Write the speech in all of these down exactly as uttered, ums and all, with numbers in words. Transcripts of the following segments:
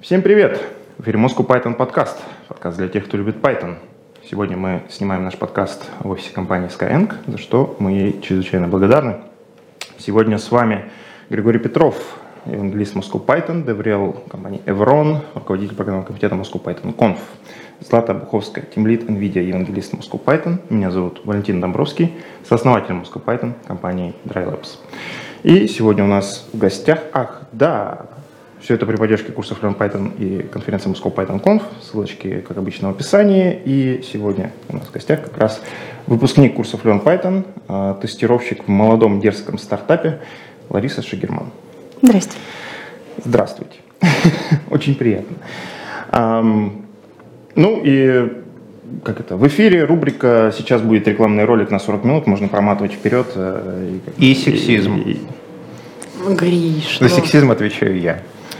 Всем привет! В эфире Moscow Python подкаст. Подкаст для тех, кто любит Python. Сегодня мы снимаем наш подкаст в офисе компании Skyeng, за что мы ей чрезвычайно благодарны. Сегодня с вами Григорий Петров, евангелист Moscow Python, DevRel компании Evron, руководитель программного комитета Moscow Python Conf. Злата Буховская, тимлид NVIDIA, евангелист Moscow Python. Меня зовут Валентин Домбровский, сооснователь Moscow Python компании Dry Labs. И сегодня у нас в гостях, ах, да, все это при поддержке курсов Learn Python и конференции Moscow Python Conf, ссылочки, как обычно, в описании. И сегодня у нас в гостях как раз выпускник курсов Learn Python, тестировщик в молодом дерзком стартапе Лариса Шигерман. Здрасте. Здравствуйте. Очень приятно. Ну и как это? В эфире рубрика «Сейчас будет рекламный ролик на сорок минут», можно проматывать вперед. И, и сексизм. И, и... Гриш. За сексизм отвечаю я.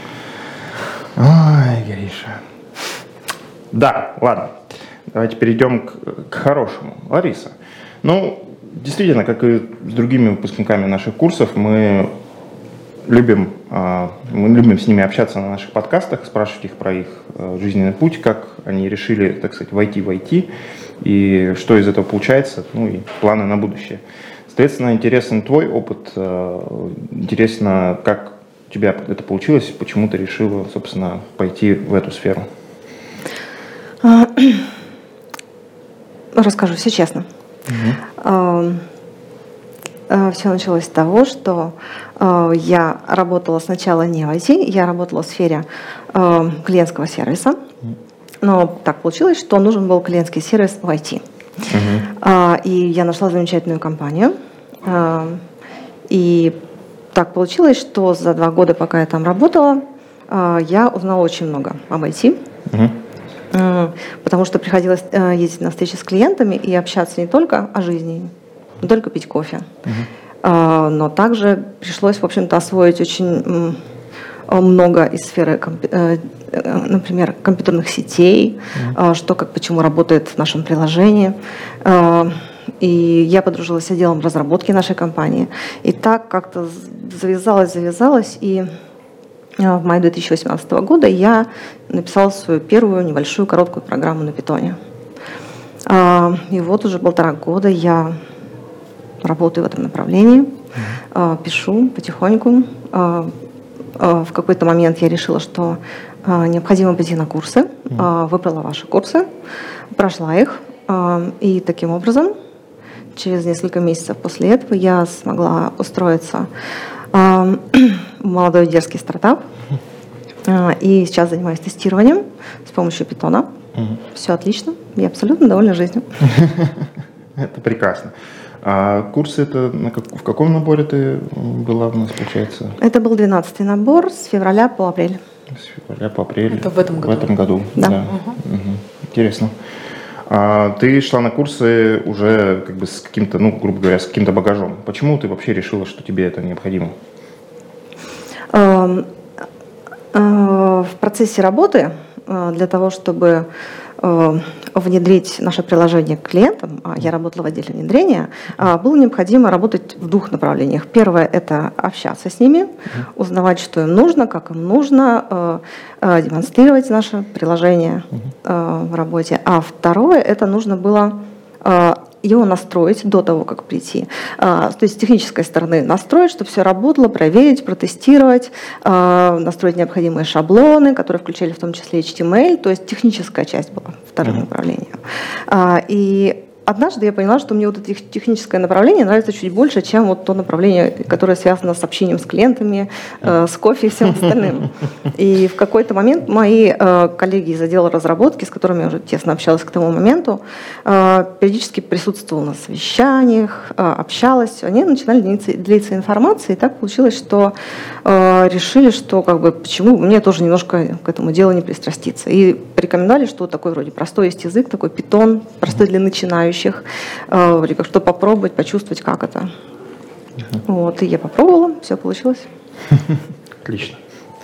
Ой, Гриша. Да, ладно. Давайте перейдем к, к хорошему. Лариса, ну, действительно, как и с другими выпускниками наших курсов, мы любим, мы любим с ними общаться на наших подкастах, спрашивать их про их жизненный путь, как они решили, так сказать, войти в ай ти, и что из этого получается, ну и планы на будущее. Соответственно, интересен твой опыт, интересно, как у тебя это получилось, почему ты решила, собственно, пойти в эту сферу? Расскажу все честно. Угу. Все началось с того, что я работала сначала не в ай ти, я работала в сфере клиентского сервиса, но так получилось, что нужен был клиентский сервис в ай ти. Uh-huh. И я нашла замечательную компанию. И так получилось, что за два года, пока я там работала, я узнала очень много об ай ти. Uh-huh. Потому что приходилось ездить на встречи с клиентами и общаться не только о жизни, не только пить кофе, uh-huh. но также пришлось, в общем-то, освоить очень много из сферы, например, компьютерных сетей, mm-hmm. что, как, почему работает в нашем приложении. И я подружилась с отделом разработки нашей компании. И так как-то завязалось, завязалось, и в мае две тысячи восемнадцатого года я написала свою первую небольшую короткую программу на питоне. И вот уже полтора года я работаю в этом направлении, mm-hmm. пишу потихоньку. В какой-то момент я решила, что необходимо пойти на курсы, mm. выбрала ваши курсы, прошла их, и таким образом через несколько месяцев после этого я смогла устроиться в молодой дерзкий стартап, и сейчас занимаюсь тестированием с помощью питона. Mm. Все отлично, я абсолютно довольна жизнью. Это прекрасно. А курсы это на как, в каком наборе ты была у нас, получается? Это был двенадцатый набор с февраля по апрель. С февраля по апрель. Это в этом году? В этом году, да. да. Угу. Угу. Интересно. А ты шла на курсы уже как бы с каким-то, ну, грубо говоря, с каким-то багажом. Почему ты вообще решила, что тебе это необходимо? В процессе работы для того, чтобы внедрить наше приложение к клиентам, я работала в отделе внедрения, было необходимо работать в двух направлениях. Первое – это общаться с ними, узнавать, что им нужно, как им нужно, демонстрировать наше приложение в работе. А второе – это нужно было его настроить до того, как прийти. То есть с технической стороны настроить, чтобы все работало, проверить, протестировать, настроить необходимые шаблоны, которые включали в том числе эйч ти эм эль, то есть техническая часть была вторым mm-hmm. направлением. И однажды я поняла, что мне вот это техническое направление нравится чуть больше, чем вот то направление, которое связано с общением с клиентами, э, с кофе и всем остальным. И в какой-то момент мои э, коллеги из отдела разработки, с которыми я уже тесно общалась к тому моменту, э, периодически присутствовала на совещаниях, э, общалась, они начинали делиться, делиться информацией, и так получилось, что э, решили, что как бы, почему мне тоже немножко к этому делу не пристраститься. И порекомендовали, что такой вроде простой есть язык, такой питон, простой для начинающих, вроде как, что попробовать, почувствовать, как это. Uh-huh. Вот, и я попробовала, все получилось. Отлично.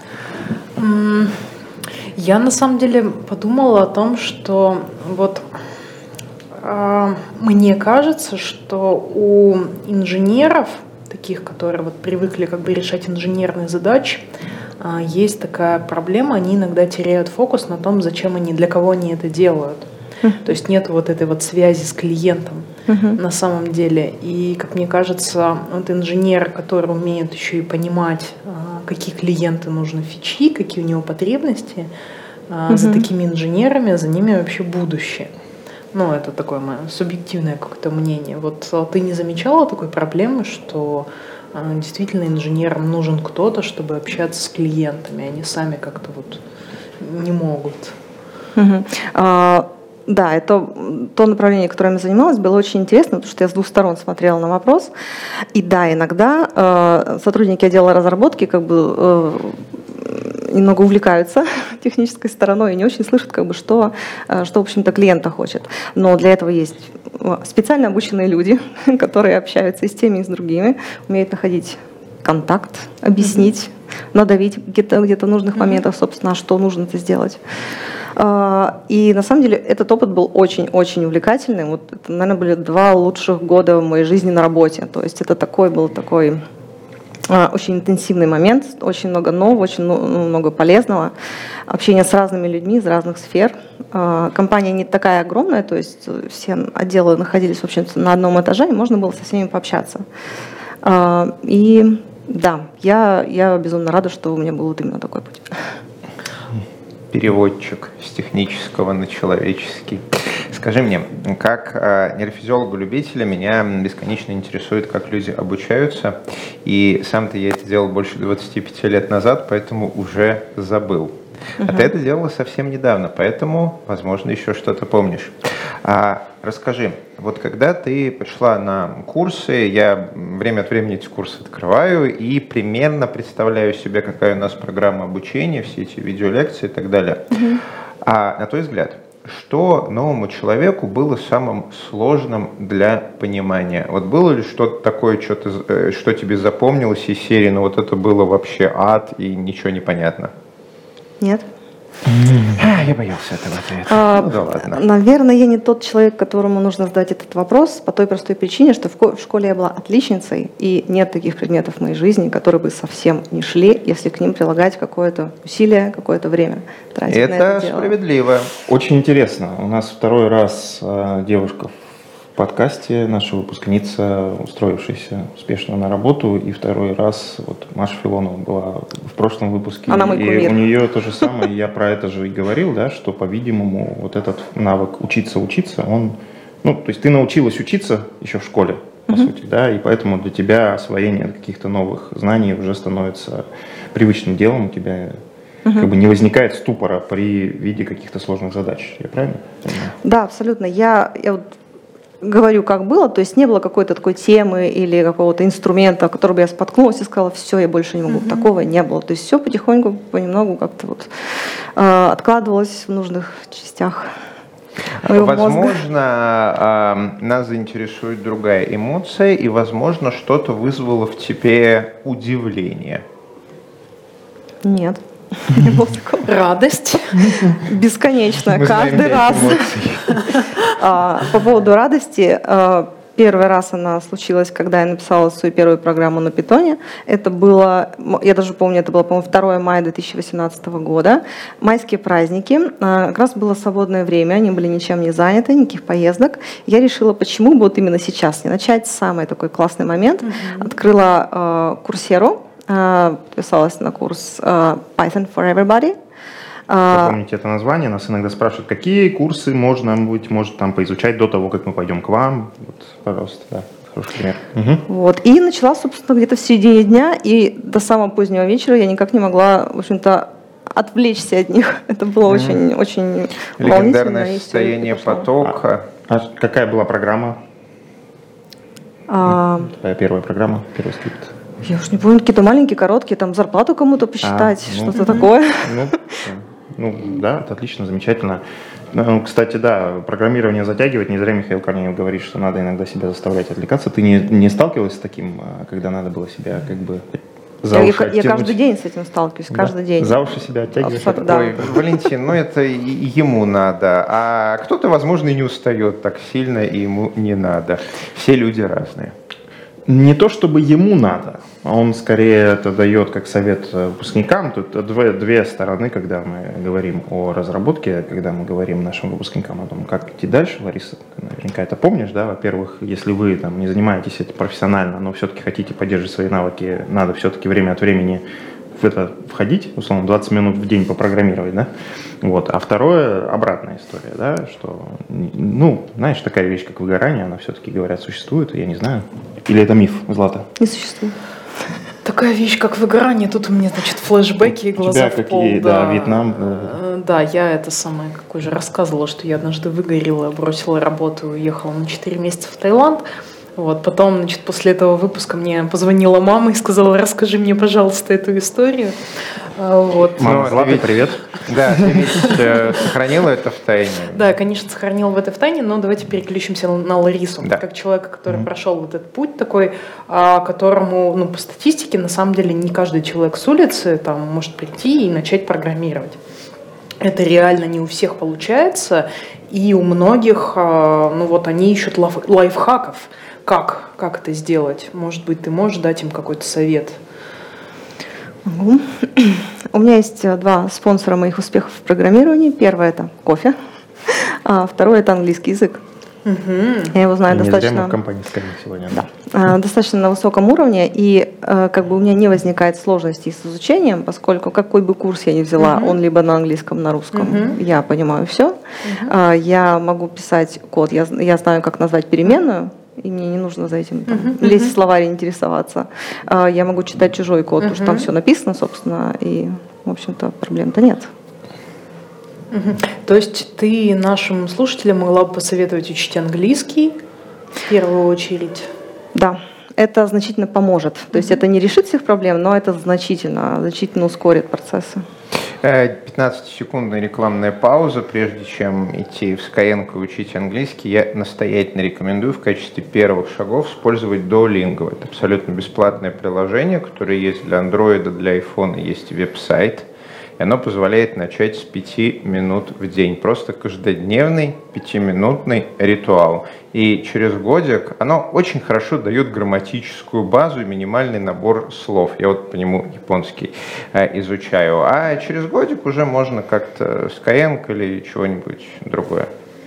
Я на самом деле подумала о том, что вот э, мне кажется, что у инженеров, таких, которые вот привыкли как бы решать инженерные задачи, есть такая проблема, они иногда теряют фокус на том, зачем они, для кого они это делают. То есть нет вот этой вот связи с клиентом uh-huh. на самом деле. И, как мне кажется, вот инженер, который умеет еще и понимать, какие клиенты нужны фичи, какие у него потребности, uh-huh. за такими инженерами, за ними вообще будущее. Ну, это такое мое субъективное какое-то мнение. Вот ты не замечала такой проблемы, что действительно инженерам нужен кто-то, чтобы общаться с клиентами, они сами как-то вот не могут? Uh-huh. Uh... Да, это то направление, которым я занималась, было очень интересно, потому что я с двух сторон смотрела на вопрос. И да, иногда э, сотрудники отдела разработки как бы э, немного увлекаются технической стороной и не очень слышат, как бы, что, что, в общем-то, клиента хочет. Но для этого есть специально обученные люди, которые общаются и с теми, и с другими, умеют находить контакт, объяснить, mm-hmm. надавить где-то, где-то в нужных mm-hmm. моментах, собственно, что нужно это сделать. И на самом деле этот опыт был очень-очень увлекательный. Вот это, наверное, были два лучших года в моей жизни на работе. То есть это такой был такой очень интенсивный момент, очень много нового, очень много полезного. Общение с разными людьми из разных сфер. Компания не такая огромная, то есть все отделы находились, в общем-то, на одном этаже, и можно было со всеми пообщаться. И да, я, я безумно рада, что у меня был вот именно такой путь. Переводчик с технического на человеческий. Скажи мне, как э, нейрофизиолога-любителя меня бесконечно интересует, как люди обучаются, и сам-то я это делал больше двадцати пяти лет назад, поэтому уже забыл. Uh-huh. А ты это делала совсем недавно, поэтому, возможно, еще что-то помнишь. А, расскажи, вот когда ты пришла на курсы, я время от времени эти курсы открываю и примерно представляю себе, какая у нас программа обучения, все эти видеолекции и так далее. Uh-huh. А на твой взгляд, что новому человеку было самым сложным для понимания? Вот было ли что-то такое, что, ты, что тебе запомнилось из серии, но вот это было вообще ад и ничего не понятно? Нет. А, я боялся этого ответа. А, ну, да ладно. Наверное, я не тот человек, которому нужно задать этот вопрос, по той простой причине, что в школе я была отличницей, и нет таких предметов в моей жизни, которые бы совсем не шли, если к ним прилагать какое-то усилие, какое-то время. Тратить это, на это справедливо. Очень интересно. У нас второй раз э, девушка в подкасте, наша выпускница, устроившаяся успешно на работу, и второй раз вот Маша Филонова была в прошлом выпуске. Она мой кумир. И у нее то же самое, я про это же и говорил, да, что, по-видимому, вот этот навык учиться-учиться, он, ну, то есть ты научилась учиться еще в школе, по uh-huh. сути, да, и поэтому для тебя освоение каких-то новых знаний уже становится привычным делом, у тебя uh-huh. как бы не возникает ступора при виде каких-то сложных задач. Я правильно понимаю? Да, абсолютно. Я, я вот говорю, как было, то есть не было какой-то такой темы или какого-то инструмента, в который бы я споткнулась и сказала, все, я больше не могу. Mm-hmm. Такого не было. То есть все потихоньку, понемногу как-то вот э, откладывалось в нужных частях моего возможно, мозга. Э, нас заинтересует другая эмоция, и, возможно, что-то вызвало в тебе удивление. Нет. Не было такого. Радость. Бесконечно, Мы каждый раз. По поводу радости, первый раз она случилась, когда я написала свою первую программу на питоне. Это было, я даже помню, это было, по-моему, второе мая две тысячи восемнадцатого года. Майские праздники. Как раз было свободное время, они были ничем не заняты, никаких поездок. Я решила, почему бы вот именно сейчас не начать. Самый такой классный момент. Mm-hmm. Открыла Курсеру. Подписалась на курс Python for Everybody. Помните это название? Нас иногда спрашивают, какие курсы можно, быть, может, там поизучать до того, как мы пойдем к вам. Вот, пожалуйста, да, хороший пример. Угу. Вот. И начала, собственно, где-то в середине дня, и до самого позднего вечера я никак не могла, в общем-то, отвлечься от них. Это было mm. очень, очень волнительно. Легендарное состояние потока. А, а какая была программа? А... Твоя первая программа, первый скрипт? Я уж не помню, какие-то маленькие, короткие, там зарплату кому-то посчитать, а, ну, что-то такое. Ну, ну да, это отлично, замечательно. Ну, кстати, да, программирование затягивает. Не зря Михаил Корнеев говорит, что надо иногда себя заставлять отвлекаться. Ты не, не сталкивалась с таким, когда надо было себя как бы за я, уши я, я каждый день с этим сталкиваюсь, да? каждый день. За уши себя оттягиваешь. Абсолютно, да. Ой, Валентин, ну это и ему надо, а кто-то, возможно, и не устает так сильно, и ему не надо. Все люди разные. Не то чтобы ему надо, а он скорее это дает как совет выпускникам. Тут две, две стороны, когда мы говорим о разработке, когда мы говорим нашим выпускникам о том, как идти дальше. Лариса, ты наверняка это помнишь, да? Во-первых, если вы там не занимаетесь этим профессионально, но все-таки хотите поддерживать свои навыки, надо все-таки время от времени в это входить, условно, двадцать минут в день попрограммировать, да? Вот. А второе, обратная история, да, что, ну, знаешь, такая вещь, как выгорание, она все-таки, говорят, существует, я не знаю. Или это миф, Злата? Не существует. Такая вещь, как выгорание, тут у меня, значит, флешбеки и глаза в пол. Какие, да, да, Вьетнам. Да. Да, я это самое, как уже рассказывала, что я однажды выгорела, бросила работу, уехала на четыре месяца в Таиланд. Вот, потом, значит, после этого выпуска мне позвонила мама и сказала: расскажи мне, пожалуйста, эту историю. Вот. Мама, Злата, привет. Да, ты ведь э, сохранила это в тайне? Да, конечно, сохранила в это в тайне, но давайте переключимся на Ларису. Да. Как человека, который Mm-hmm. прошел вот этот путь такой, а, которому, ну, по статистике, на самом деле, не каждый человек с улицы там может прийти и начать программировать. Это реально не у всех получается, и у многих, а, ну вот, они ищут лайф- лайфхаков. Как? Как это сделать? Может быть, ты можешь дать им какой-то совет? Могу. У меня есть два спонсора моих успехов в программировании. Первое – это кофе, а второе – это английский язык. Угу. Я его знаю Не достаточно. зря мы в компании Skyeng сегодня. Да, а, достаточно на высоком уровне, и а, как бы у меня не возникает сложностей с изучением, поскольку какой бы курс я ни взяла, Мгм. он либо на английском, на русском, Мгм. я понимаю все. А, я могу писать код, я, я знаю, как назвать переменную, и мне не нужно за этим там, Мгм. лезть Мгм. в словарь и интересоваться. А, я могу читать чужой код, потому что там Мгм. все написано, собственно, и, в общем-то, проблем-то нет. Мгм. То есть ты нашим слушателям могла бы посоветовать учить английский в первую очередь? Да, это значительно поможет. То есть это не решит всех проблем, но это значительно, значительно ускорит процессы. пятнадцатисекундная рекламная пауза. Прежде чем идти в Skyeng и учить английский, я настоятельно рекомендую в качестве первых шагов использовать Duolingo. Это абсолютно бесплатное приложение, которое есть для Android, для iPhone, есть веб-сайт. И оно позволяет начать с пяти минут в день. Просто каждодневный пятиминутный ритуал. И через годик оно очень хорошо дает грамматическую базу и минимальный набор слов. Я вот по нему японский э, изучаю. А через годик уже можно как-то Skyeng или чего-нибудь другое.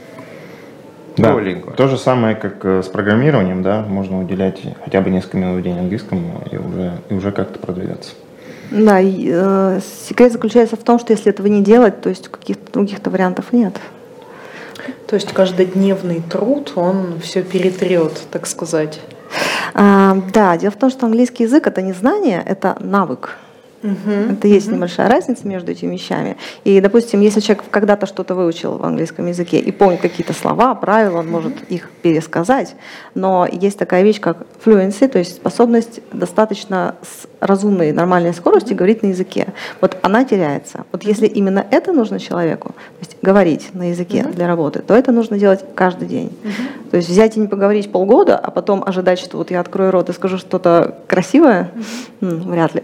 Да, Duolingo. то же самое, как э, с программированием, да, можно уделять хотя бы несколько минут в день английскому и уже, и уже как-то продвигаться. Да, и, э, секрет заключается в том, что если этого не делать, то есть каких-то других-то вариантов нет. То есть каждодневный труд, он все перетрет, так сказать. А, да, дело в том, что английский язык — это не знание, это навык. Мгм. Это есть Мгм. небольшая разница между этими вещами. И, допустим, если человек когда-то что-то выучил в английском языке и помнит какие-то слова, правила, он может их пересказать, но есть такая вещь, как fluency, то есть способность достаточно с разумной, нормальной скоростью говорить на языке. Вот она теряется. Вот если именно это нужно человеку, то есть говорить на языке Мгм. для работы, то это нужно делать каждый день. Мгм. То есть взять и не поговорить полгода, а потом ожидать, что вот я открою рот и скажу что-то красивое, м, вряд ли.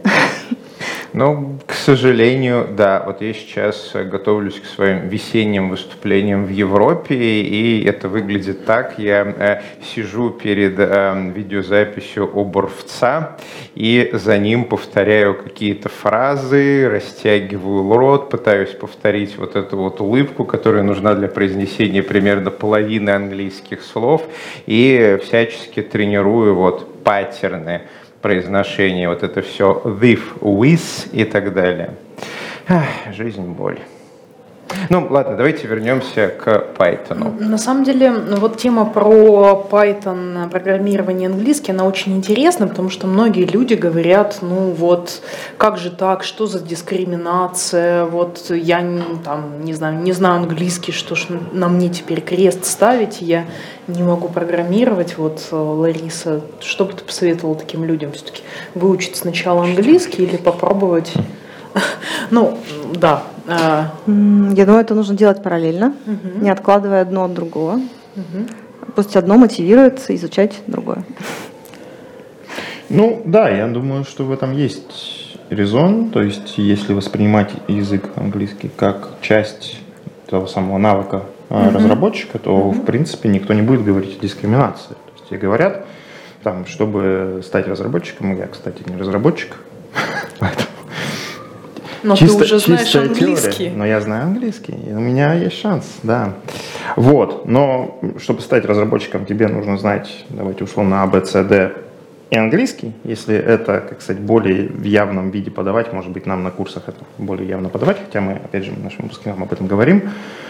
Ну, к сожалению, да. Вот я сейчас готовлюсь к своим весенним выступлениям в Европе, и это выглядит так. Я э, сижу перед э, видеозаписью оборвца, и за ним повторяю какие-то фразы, растягиваю рот, пытаюсь повторить вот эту вот улыбку, которая нужна для произнесения примерно половины английских слов, и всячески тренирую вот паттерны произношение, вот это все with, with и так далее. Ах, жизнь, боль. Ну, ладно, давайте вернемся к Python. На самом деле, вот тема про Python, программирование английский, она очень интересна, потому что многие люди говорят, ну вот, как же так, что за дискриминация, вот я там, не знаю, не знаю английский, что ж на мне теперь крест ставить, я не могу программировать. Вот, Лариса, что бы ты посоветовала таким людям все-таки? Выучить сначала английский или попробовать? Ну, да. М, Я думаю, это нужно делать параллельно, Мгм. не откладывая одно от другого. Мгм. Пусть одно мотивирует изучать другое. Ну, да, я думаю, что в этом есть резон. То есть, если воспринимать язык английский как часть того самого навыка а, Мгм. разработчика, то, Мгм. в принципе, никто не будет говорить о дискриминации. То есть, и говорят, там, чтобы стать разработчиком, я, кстати, не разработчик, поэтому... Но чисто, ты уже знаешь английский. Теория, но я знаю английский, и у меня есть шанс, да. Вот, но чтобы стать разработчиком, тебе нужно знать, давайте условно, А, Б, С, Д и английский. Если это, как сказать, более в явном виде подавать, может быть, нам на курсах это более явно подавать, хотя мы, опять же, нашим выпускникам об этом говорим,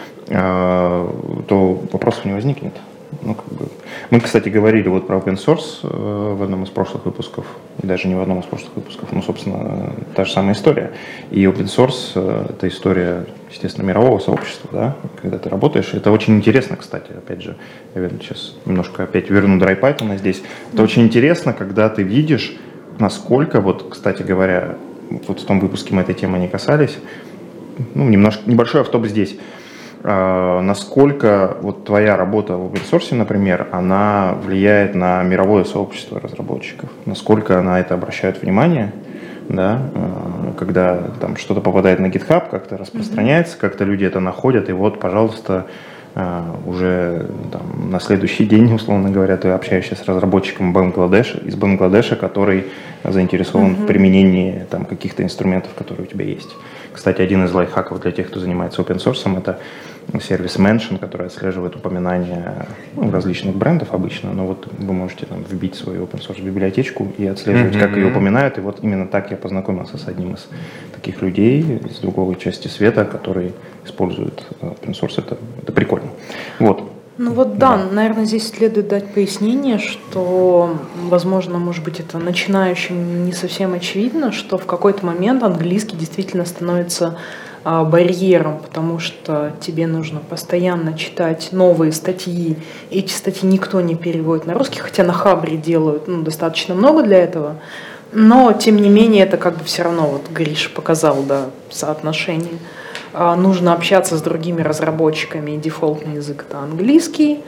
то вопросов не возникнет. Ну, как бы. Мы, кстати, говорили вот про open source в одном из прошлых выпусков, и даже не в одном из прошлых выпусков, ну, собственно, та же самая история. И open source — это история, естественно, мирового сообщества, да, когда ты работаешь. Это очень интересно, кстати, опять же, я сейчас немножко опять верну DryPython здесь. Это очень интересно, когда ты видишь, насколько, вот, кстати говоря, вот в том выпуске мы этой темы не касались, ну, немножко, небольшой автоп здесь. Насколько вот твоя работа в open source, например, она влияет на мировое сообщество разработчиков, насколько на это обращают внимание, да, когда там что-то попадает на GitHub, как-то распространяется, mm-hmm. как-то люди это находят, и вот, пожалуйста, уже там, на следующий день, условно говоря, ты общаешься с разработчиком Бангладеша, из Бангладеша, который заинтересован mm-hmm. в применении там, каких-то инструментов, которые у тебя есть. Кстати, один из лайфхаков для тех, кто занимается open source, это сервис Mention, который отслеживает упоминания ну, различных брендов обычно, но вот вы можете там, вбить свою open source библиотечку и отслеживать, mm-hmm. как ее упоминают, и вот именно так я познакомился с одним из таких людей из другой части света, который использует open source, это, это прикольно. Вот. Ну вот да, да, наверное, здесь следует дать пояснение, что, возможно, может быть, это начинающим не совсем очевидно, что в какой-то момент английский действительно становится а, барьером, потому что тебе нужно постоянно читать новые статьи, и эти статьи никто не переводит на русский, хотя на Хабре делают ну, достаточно много для этого, но, тем не менее, это как бы все равно, вот Гриша показал, да, соотношение. Нужно общаться с другими разработчиками, дефолтный язык — это английский.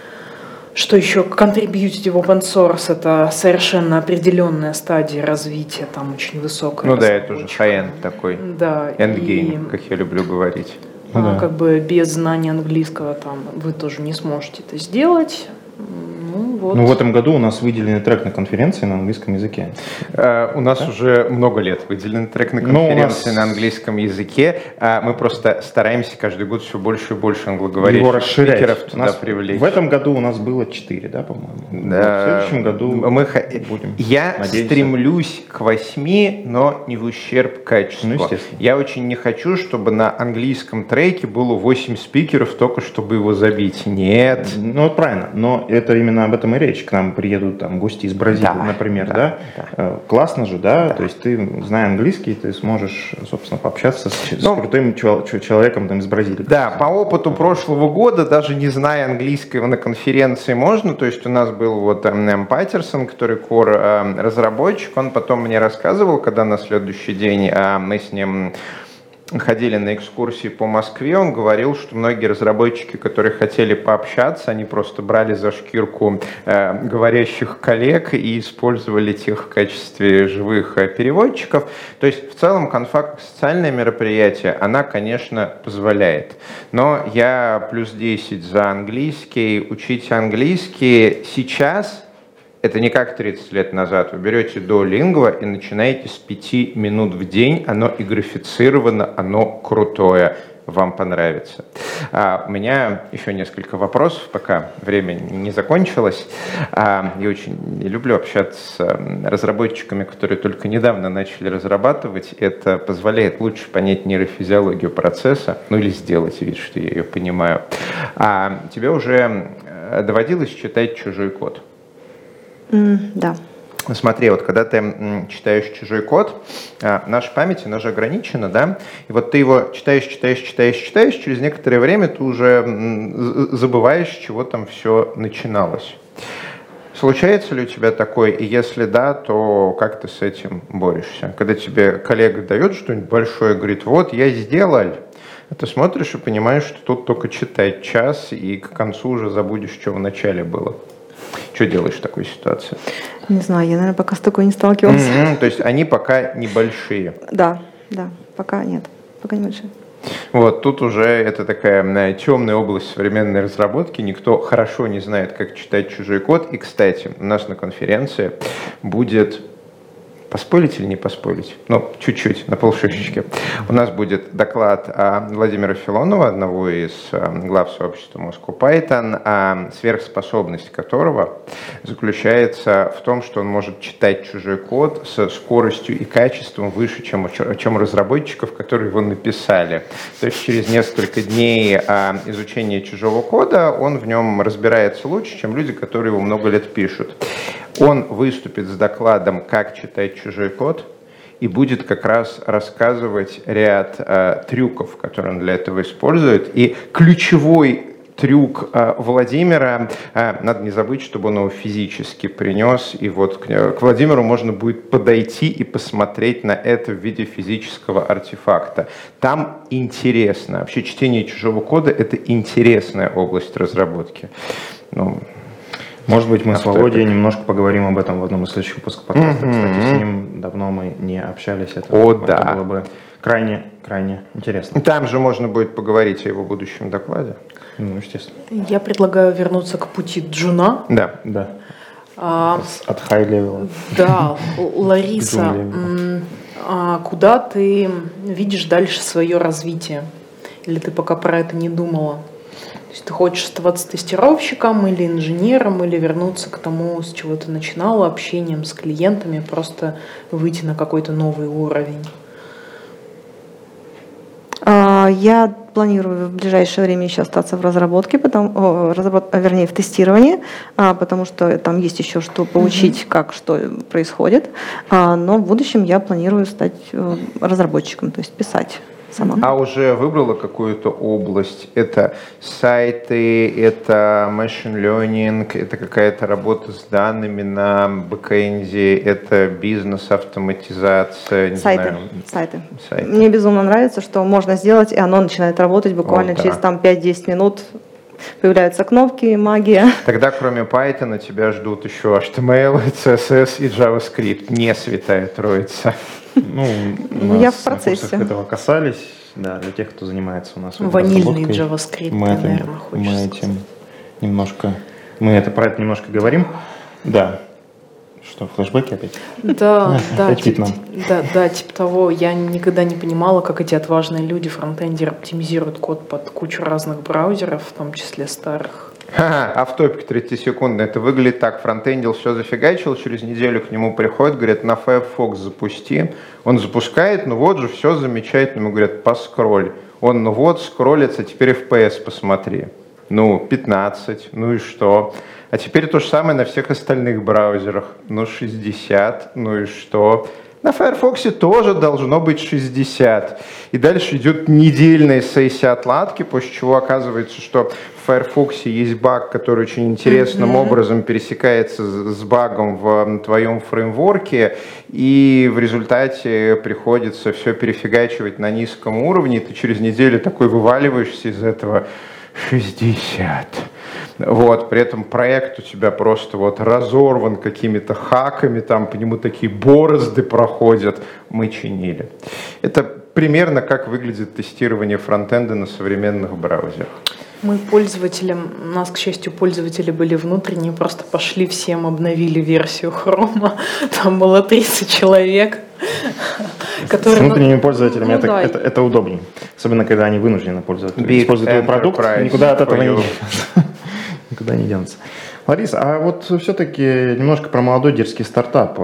Что еще? Contributed в open source — это совершенно определенная стадия развития, там очень высокая. Ну да, это уже high-end такой, да, endgame, и, как я люблю говорить. Ну, да. Как бы без знания английского там вы тоже не сможете это сделать. Ну, вот. Ну, в этом году у нас выделенный трек на конференции на английском языке. Uh, у нас да? уже много лет выделенный трек на конференции нас... на английском языке. Uh, мы просто стараемся каждый год все больше и больше англоговорящих спикеров туда нас привлечь. В этом году у нас было четыре, да, по-моему? Да. В следующем году мы будем. Я надеемся. стремлюсь к восьми, но не в ущерб качеству. Ну, я очень не хочу, чтобы на английском треке было восемь спикеров, только чтобы его забить. Нет. Ну, вот правильно. Но это именно об этом и речь. К нам приедут там гости из Бразилии, да, например, да, да? да? Классно же, да? да? То есть ты, зная английский, ты сможешь, собственно, пообщаться с, ну, с крутым человеком там, из Бразилии. Да, по опыту прошлого года, даже не зная английского на конференции можно, то есть у нас был вот Эм Паттерсон, который core разработчик, он потом мне рассказывал, когда на следующий день мы с ним ходили на экскурсии по Москве, он говорил, что многие разработчики, которые хотели пообщаться, они просто брали за шкирку э, говорящих коллег и использовали тех в качестве живых э, переводчиков. То есть в целом конфа социальное мероприятие, она, конечно, позволяет. Но я плюс десять за английский. Учить английский сейчас... Это не как тридцать лет назад. Вы берете Duolingo и начинаете с пяти минут в день. Оно и графицировано, оно крутое. Вам понравится. А, у меня еще несколько вопросов, пока время не закончилось. А, я очень люблю общаться с разработчиками, которые только недавно начали разрабатывать. Это позволяет лучше понять нейрофизиологию процесса, ну или сделать вид, что я ее понимаю. А тебе уже доводилось читать чужой код? Mm, да. Смотри, вот когда ты читаешь чужой код, наша память, она же ограничена, да, и вот ты его читаешь, читаешь, читаешь, читаешь, через некоторое время ты уже забываешь, с чего там все начиналось. Случается ли у тебя такое, и если да, то как ты с этим борешься? Когда тебе коллега дает что-нибудь большое, говорит, вот я сделал, а ты смотришь и понимаешь, что тут только читать час, и к концу уже забудешь, что в начале было. Что делаешь в такой ситуации? Не знаю, я, наверное, пока с такой не сталкивалась. Mm-hmm, то есть они пока небольшие? Да, да, пока нет, пока небольшие. Вот тут уже это такая темная область современной разработки. Никто хорошо не знает, как читать чужой код. И, кстати, у нас на конференции будет... Поспорить или не поспорить? Ну, чуть-чуть, на полшишечки. У нас будет доклад Владимира Филонова, одного из глав сообщества Moscow Python, сверхспособность которого заключается в том, что он может читать чужой код со скоростью и качеством выше, чем, чем у разработчиков, которые его написали. То есть через несколько дней изучения чужого кода он в нем разбирается лучше, чем люди, которые его много лет пишут. Он выступит с докладом «Как читать чужой код» и будет как раз рассказывать ряд э, трюков, которые он для этого использует. И ключевой трюк э, Владимира, э, надо не забыть, чтобы он его физически принес, и вот к, к Владимиру можно будет подойти и посмотреть на это в виде физического артефакта. Там интересно. Вообще чтение чужого кода — это интересная область разработки. Ну, может быть, мы а с Володей немножко поговорим об этом в одном из следующих выпусков подкаста. Mm-hmm. Кстати, с ним давно мы не общались. Это, О, это да. было бы крайне, крайне интересно. Там же можно будет поговорить о его будущем докладе. Ну, естественно. Я предлагаю вернуться к пути Джуна. Да. Да. А, От хай-левела. Да, Лариса, а куда ты видишь дальше свое развитие? Или ты пока про это не думала? То есть ты хочешь оставаться тестировщиком или инженером, или вернуться к тому, с чего ты начинала, общением с клиентами, просто выйти на какой-то новый уровень? Я планирую в ближайшее время еще остаться в разработке, потом, о, разработ, вернее, в тестировании, потому что там есть еще что поучить, mm-hmm. как что происходит. Но в будущем я планирую стать разработчиком, то есть писать сама. А уже выбрала какую-то область? Это сайты, это machine learning, это какая-то работа с данными на бэкэнде, это бизнес-автоматизация? Сайты. Знаю. Сайты. Сайты. Мне безумно нравится, что можно сделать, и оно начинает работать буквально О, да. через там, пять-десять минут. Появляются кнопки, магия. Тогда кроме Python тебя ждут еще эйч ти эм эл, си эс эс и JavaScript. Не святая троица. Ну, ну я в процессе. Этого касались, да, для тех, кто занимается у нас ванильный JavaScript, мы ты, этим, наверное, хочешь мы сказать. этим немножко, мы это про это немножко говорим, да. Что, флешбеки опять? Да, да, опять типа, нам. да, да, типа того. Я никогда не понимала, как эти отважные люди, фронтендеры, оптимизируют код под кучу разных браузеров, в том числе старых. Ха-ха, а в топике тридцатисекундный это выглядит так: фронтендил все зафигачил, через неделю к нему приходят, говорят, на Firefox запусти. Он запускает, ну вот же, все замечательно. Ему говорят, поскроль. Он, ну вот, скроллится, теперь эф пи эс посмотри. Ну, пятнадцать, ну и что? А теперь то же самое на всех остальных браузерах. Ну, шестьдесят, ну и что? На Firefox тоже должно быть шестьдесят. И дальше идет недельная сессия отладки, после чего оказывается, что в Firefox есть баг, который очень интересным mm-hmm. образом пересекается с багом в твоем фреймворке, и в результате приходится все перефигачивать на низком уровне, и ты через неделю такой вываливаешься из этого. шестьдесят. Вот, при этом проект у тебя просто вот разорван какими-то хаками, там по нему такие борозды проходят. Мы чинили. Это примерно как выглядит тестирование фронтенда на современных браузерах. Мы пользователям, у нас, к счастью, пользователи были внутренние, просто пошли всем, обновили версию Chrome. Там было тридцать человек. Которые, с внутренними пользователями ну, это, да. это, это удобнее. Особенно, когда они вынуждены пользоваться. Используют твой продукт, никуда от этого не, никуда не денутся. Лариса, а вот все-таки немножко про молодой дерзкий стартап.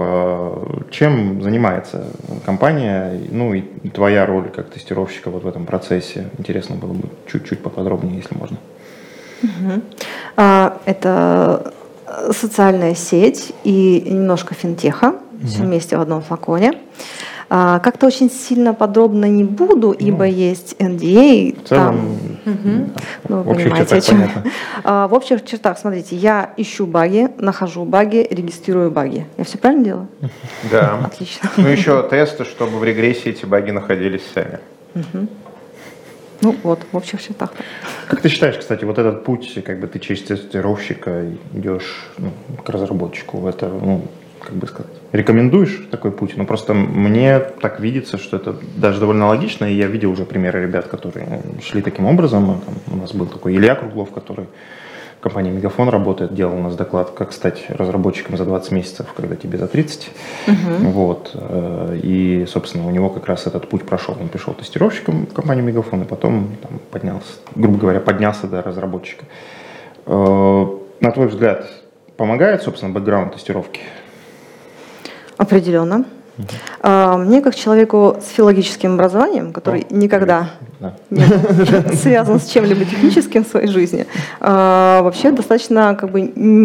Чем занимается компания? Ну и твоя роль как тестировщика вот в этом процессе. Интересно было бы чуть-чуть поподробнее, если можно. Угу. А, это социальная сеть и немножко финтеха. Угу. Все вместе в одном флаконе. А, как-то очень сильно подробно не буду, ибо ну, есть эн ди эй. В целом, там, угу. ну, в общих чертах понятно. А, в общих чертах, смотрите, я ищу баги, нахожу баги, регистрирую баги. Я все правильно делаю? Да. Отлично. Ну еще тесты, чтобы в регрессии эти баги находились сами. Угу. Ну вот, в общих чертах. Как ты считаешь, кстати, вот этот путь, как бы ты через тестировщика идешь ну, к разработчику, это ну, как бы сказать, рекомендуешь такой путь? Ну, просто мне так видится, что это даже довольно логично, и я видел уже примеры ребят, которые шли таким образом. Там, у нас был такой Илья Круглов, который в компании Мегафон работает, делал у нас доклад, как стать разработчиком за двадцать месяцев, когда тебе за тридцать. Uh-huh. Вот. И, собственно, у него как раз этот путь прошел. Он пришел тестировщиком в компанию Мегафон, и потом там, поднялся, грубо говоря, поднялся до разработчика. На твой взгляд, помогает, собственно, бэкграунд тестировки? Определенно. Uh-huh. Мне, как человеку с филологическим образованием, который oh, никогда да. не был связан с чем-либо техническим в своей жизни, вообще достаточно как бы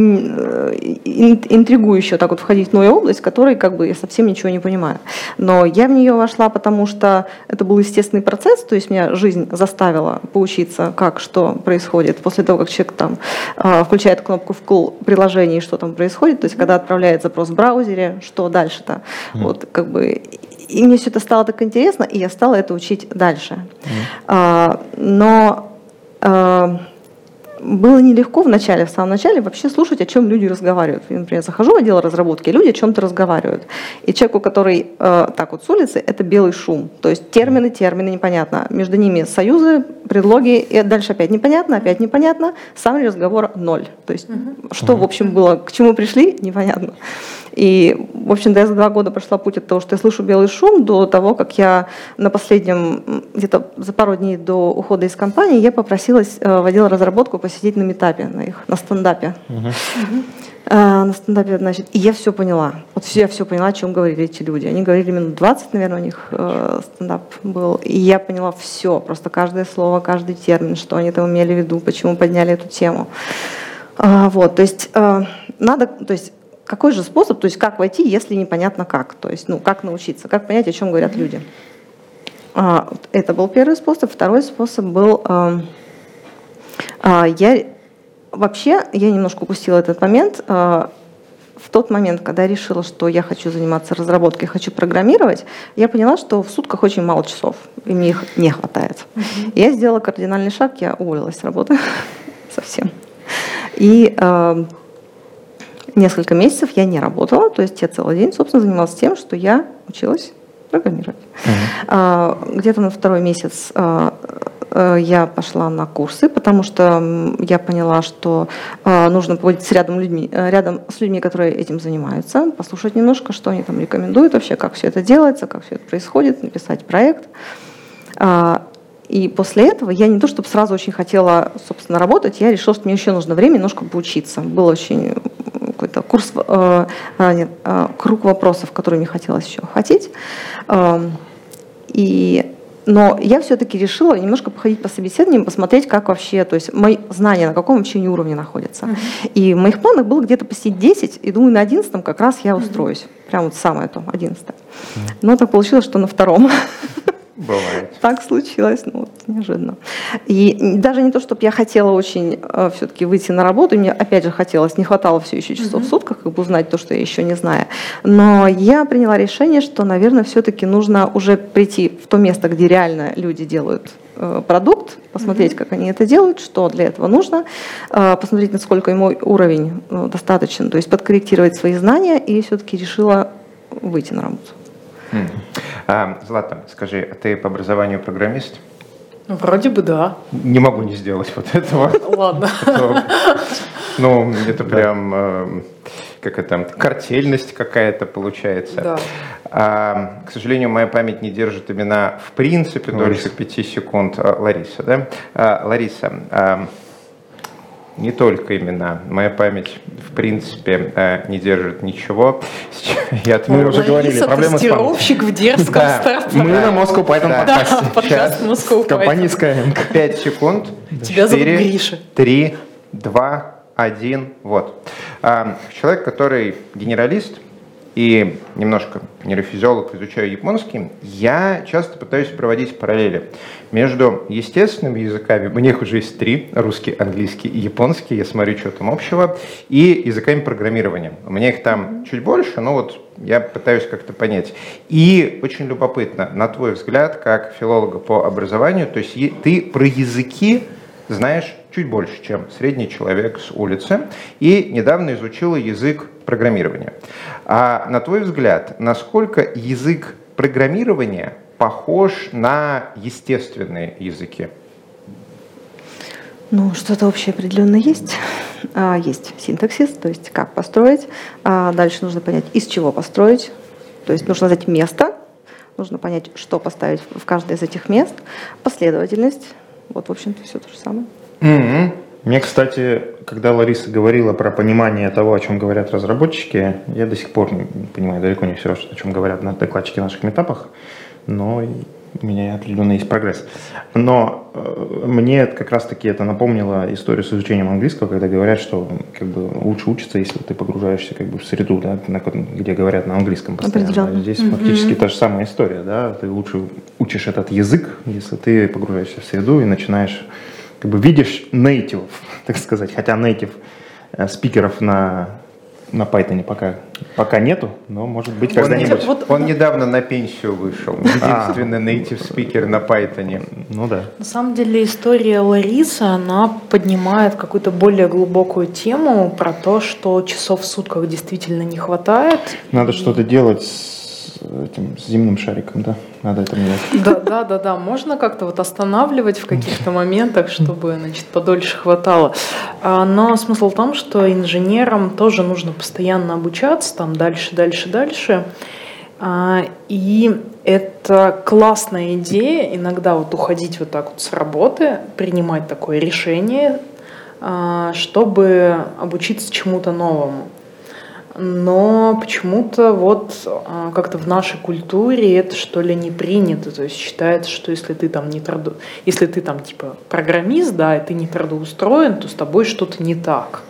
интригующе так вот входить в новую область, в которой как бы я совсем ничего не понимаю. Но я в нее вошла, потому что это был естественный процесс, то есть меня жизнь заставила поучиться, как, что происходит после того, как человек там включает кнопку вкл приложения, что там происходит, то есть когда отправляет запрос в браузере, что дальше-то. Mm. Вот, как бы, и мне все это стало так интересно, и я стала это учить дальше. Mm. А, но а, было нелегко в начале, в самом начале вообще слушать, о чем люди разговаривают. Я, например, захожу в отдел разработки, люди о чем-то разговаривают. И человеку, который э, так вот с улицы, это белый шум. То есть термины, термины непонятно. Между ними союзы, предлоги, и дальше опять непонятно, опять непонятно. Сам разговор ноль. То есть uh-huh. что, в общем, было, к чему пришли, непонятно. И, в общем-то, я за два года прошла путь от того, что я слышу белый шум, до того, как я на последнем, где-то за пару дней до ухода из компании, я попросилась в отдел разработку посидеть на митапе, на их, на стендапе. Uh-huh. Uh-huh. А, на стендапе, значит, и я все поняла. Вот я все поняла, о чем говорили эти люди. Они говорили минут двадцать, наверное, у них э, стендап был. И я поняла все, просто каждое слово, каждый термин, что они там имели в виду, почему подняли эту тему. А, вот, то есть э, надо, то есть какой же способ, то есть как войти, если непонятно как, то есть, ну, как научиться, как понять, о чем говорят люди. А, это был первый способ. Второй способ был, а, а, я вообще, я немножко упустила этот момент, а, в тот момент, когда я решила, что я хочу заниматься разработкой, хочу программировать, я поняла, что в сутках очень мало часов, и мне их не хватает. Mm-hmm. Я сделала кардинальный шаг, я уволилась с работы совсем. И а, несколько месяцев я не работала, то есть я целый день, собственно, занималась тем, что я училась программировать. Uh-huh. А, где-то на второй месяц а, а, я пошла на курсы, потому что я поняла, что а, нужно поводиться рядом, людьми, рядом с людьми, которые этим занимаются, послушать немножко, что они там рекомендуют вообще, как все это делается, как все это происходит, написать проект. А, И после этого я не то, чтобы сразу очень хотела, собственно, работать, я решила, что мне еще нужно время немножко поучиться. Был очень какой-то курс, э, нет, э, круг вопросов, которые мне хотелось еще охватить. Э, и, но я все-таки решила немножко походить по собеседованиям, посмотреть, как вообще, то есть мои знания на каком вообще уровне находятся. Uh-huh. И в моих планах было где-то посетить десять, и думаю, на одиннадцатом как раз я устроюсь. Uh-huh. Прям вот самое то, одиннадцатое. Uh-huh. Но так получилось, что на втором. Бывает. Так случилось, ну вот, неожиданно. И даже не то, чтобы я хотела очень э, все-таки выйти на работу, мне опять же хотелось, не хватало все еще часов mm-hmm. в сутках, как бы узнать то, что я еще не знаю. Но я приняла решение, что, наверное, все-таки нужно уже прийти в то место, где реально люди делают э, продукт, посмотреть, mm-hmm. как они это делают, что для этого нужно, э, посмотреть, насколько мой уровень э, достаточен, то есть подкорректировать свои знания, и все-таки решила выйти на работу. Mm. А, Злата, скажи, а ты по образованию программист? Вроде бы да. Не могу не сделать вот этого. Ладно. Ну, это прям, как это, картельность какая-то получается. Да. А, к сожалению, моя память не держит имена в принципе дольше пяти секунд. Лариса, да? А, Лариса, а, не только имена. Моя память, в принципе, не держит ничего. Я Мы уже говорили, проблемы с тестировщик в дерзком да. старте. Мы на Moscow Python да. подкасте. Да, подкаст Moscow Python. Компании Skyeng. пять секунд. Тебя зовут Гриша. три, два, один. Вот. Человек, который генералист и немножко нейрофизиолог, изучаю японский, я часто пытаюсь проводить параллели между естественными языками, у них уже есть три, русский, английский и японский, я смотрю, что там общего, и языками программирования. У меня их там чуть больше, но вот я пытаюсь как-то понять. И очень любопытно, на твой взгляд, как филолога по образованию, то есть ты про языки знаешь чуть больше, чем средний человек с улицы, и недавно изучила язык программирования. А на твой взгляд, насколько язык программирования похож на естественные языки? Ну, что-то общее определенно есть. А, есть синтаксис, то есть как построить. А дальше нужно понять, из чего построить. То есть нужно знать место, нужно понять, что поставить в каждое из этих мест, последовательность. Вот, в общем-то, все то же самое. Mm-hmm. Мне, кстати, когда Лариса говорила про понимание того, о чем говорят разработчики, я до сих пор не понимаю далеко не все, о чем говорят на докладчике наших митапах, но у меня определенно есть прогресс. Но э, мне как раз-таки это напомнило историю с изучением английского, когда говорят, что как бы лучше учиться, если ты погружаешься как бы в среду, да, на, где говорят на английском постоянно. Здесь mm-hmm. фактически та же самая история. Да? Ты лучше учишь этот язык, если ты погружаешься в среду и начинаешь, как бы видишь нейтивов, так сказать, хотя нейтив э, спикеров на... На Python пока, пока нету, но может быть когда-нибудь. Он, он недавно на пенсию вышел, единственный native спикер на Python. Ну да. На самом деле история Ларисы, она поднимает какую-то более глубокую тему про то, что часов в сутках действительно не хватает. Надо и... что-то делать с, этим, с земным шариком, да? Надо это менять. Да, да, да, да. Можно как-то вот останавливать в каких-то моментах, чтобы, значит, подольше хватало. Но смысл в том, что инженерам тоже нужно постоянно обучаться, там дальше, дальше, дальше. И это классная идея иногда вот уходить вот так вот с работы, принимать такое решение, чтобы обучиться чему-то новому. Но почему-то вот как-то в нашей культуре это что ли не принято, то есть считается, что если ты там не труду... если ты там типа программист, да, и ты не трудоустроен, то с тобой что-то не так.